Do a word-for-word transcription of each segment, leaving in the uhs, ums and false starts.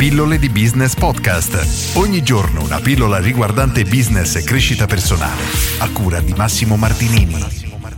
Pillole di Business Podcast. Ogni giorno una pillola riguardante business e crescita personale, a cura di Massimo Martinini.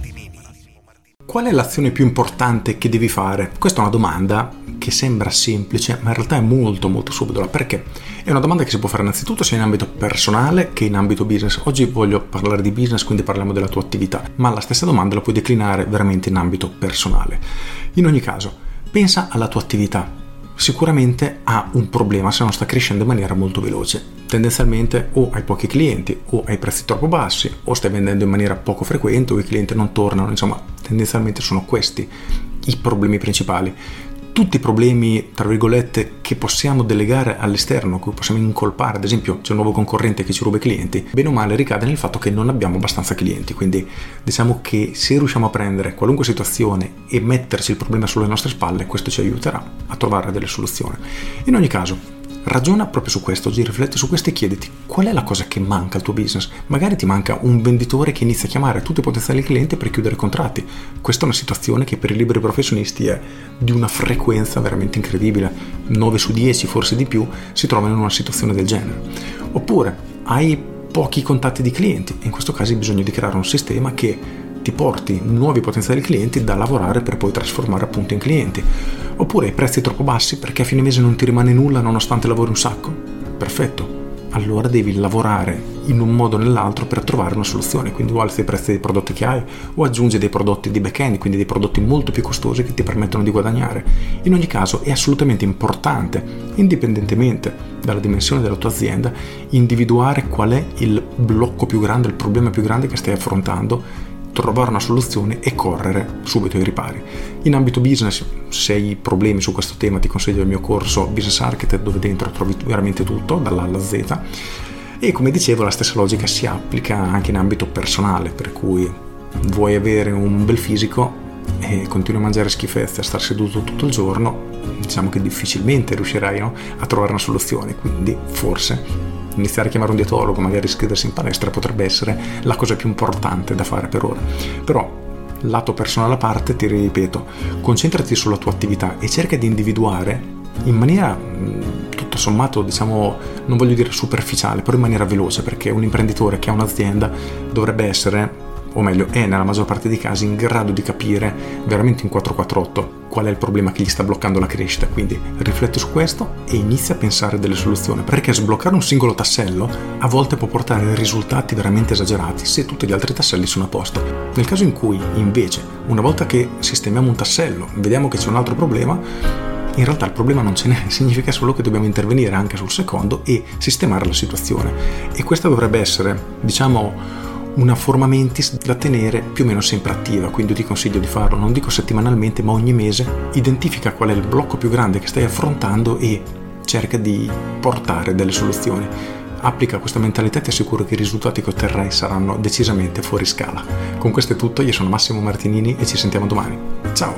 Qual è l'azione più importante che devi fare? Questa è una domanda che sembra semplice, ma in realtà è molto molto subdola. Perché? È una domanda che si può fare innanzitutto sia in ambito personale che in ambito business. Oggi voglio parlare di business, quindi parliamo della tua attività, ma la stessa domanda la puoi declinare veramente in ambito personale. In ogni caso, pensa alla tua attività. Sicuramente ha un problema se non sta crescendo in maniera molto veloce. Tendenzialmente o hai pochi clienti o hai prezzi troppo bassi o stai vendendo in maniera poco frequente o i clienti non tornano, insomma tendenzialmente sono questi i problemi principali. Tutti i problemi, tra virgolette, che possiamo delegare all'esterno, cui possiamo incolpare, ad esempio c'è un nuovo concorrente che ci ruba i clienti, bene o male ricade nel fatto che non abbiamo abbastanza clienti. Quindi diciamo che se riusciamo a prendere qualunque situazione e metterci il problema sulle nostre spalle, questo ci aiuterà a trovare delle soluzioni. In ogni caso, ragiona proprio su questo, oggi rifletti su questo e chiediti qual è la cosa che manca al tuo business. Magari ti manca un venditore che inizia a chiamare tutti i potenziali clienti per chiudere contratti. Questa è una situazione che per i liberi professionisti è di una frequenza veramente incredibile. nove su dieci, forse di più, si trovano in una situazione del genere. Oppure hai pochi contatti di clienti, in questo caso hai bisogno di creare un sistema che ti porti nuovi potenziali clienti da lavorare per poi trasformare appunto in clienti. Oppure hai prezzi troppo bassi perché a fine mese non ti rimane nulla nonostante lavori un sacco? Perfetto, allora devi lavorare in un modo o nell'altro per trovare una soluzione, quindi o alzi i prezzi dei prodotti che hai o aggiungi dei prodotti di back-end, quindi dei prodotti molto più costosi che ti permettono di guadagnare. In ogni caso è assolutamente importante, indipendentemente dalla dimensione della tua azienda, individuare qual è il blocco più grande, il problema più grande che stai affrontando, trovare una soluzione e correre subito ai ripari. In ambito business, se hai problemi su questo tema, ti consiglio il mio corso Business Architect, dove dentro trovi veramente tutto, dalla A alla Z. E come dicevo, la stessa logica si applica anche in ambito personale, per cui vuoi avere un bel fisico e continui a mangiare schifezze, a star seduto tutto il giorno, diciamo che difficilmente riuscirai, no, a trovare una soluzione. Quindi forse iniziare a chiamare un dietologo, magari iscriversi in palestra, potrebbe essere la cosa più importante da fare per ora. Però, lato personale a parte, ti ripeto, concentrati sulla tua attività e cerca di individuare in maniera tutto sommato, diciamo, non voglio dire superficiale, però in maniera veloce, perché un imprenditore che ha un'azienda dovrebbe essere, o meglio è nella maggior parte dei casi, in grado di capire veramente in quattro quattro otto qual è il problema che gli sta bloccando la crescita. Quindi rifletti su questo e inizia a pensare delle soluzioni, perché sbloccare un singolo tassello a volte può portare risultati veramente esagerati se tutti gli altri tasselli sono a posto. Nel caso in cui invece, una volta che sistemiamo un tassello, vediamo che c'è un altro problema, in realtà il problema non ce n'è, significa solo che dobbiamo intervenire anche sul secondo e sistemare la situazione. E questa dovrebbe essere, diciamo, una forma mentis da tenere più o meno sempre attiva, quindi ti consiglio di farlo, non dico settimanalmente, ma ogni mese. Identifica qual è il blocco più grande che stai affrontando e cerca di portare delle soluzioni. Applica questa mentalità e ti assicuro che i risultati che otterrai saranno decisamente fuori scala. Con questo è tutto, io sono Massimo Martinini e ci sentiamo domani. Ciao!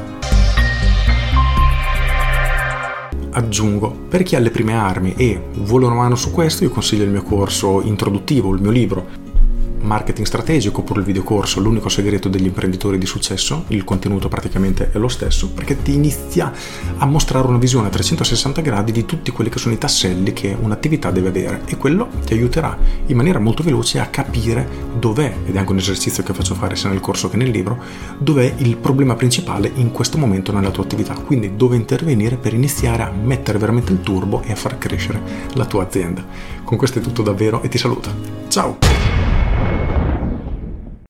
Aggiungo, per chi ha le prime armi e vuole una mano su questo, io consiglio il mio corso introduttivo, il mio libro Marketing strategico, oppure il videocorso L'unico segreto degli imprenditori di successo. Il contenuto praticamente è lo stesso, perché ti inizia a mostrare una visione a trecentosessanta gradi di tutti quelli che sono i tasselli che un'attività deve avere, e quello ti aiuterà in maniera molto veloce a capire dov'è, ed è anche un esercizio che faccio fare sia nel corso che nel libro, dov'è il problema principale in questo momento nella tua attività, quindi dove intervenire per iniziare a mettere veramente il turbo e a far crescere la tua azienda. Con questo è tutto davvero e ti saluto. Ciao!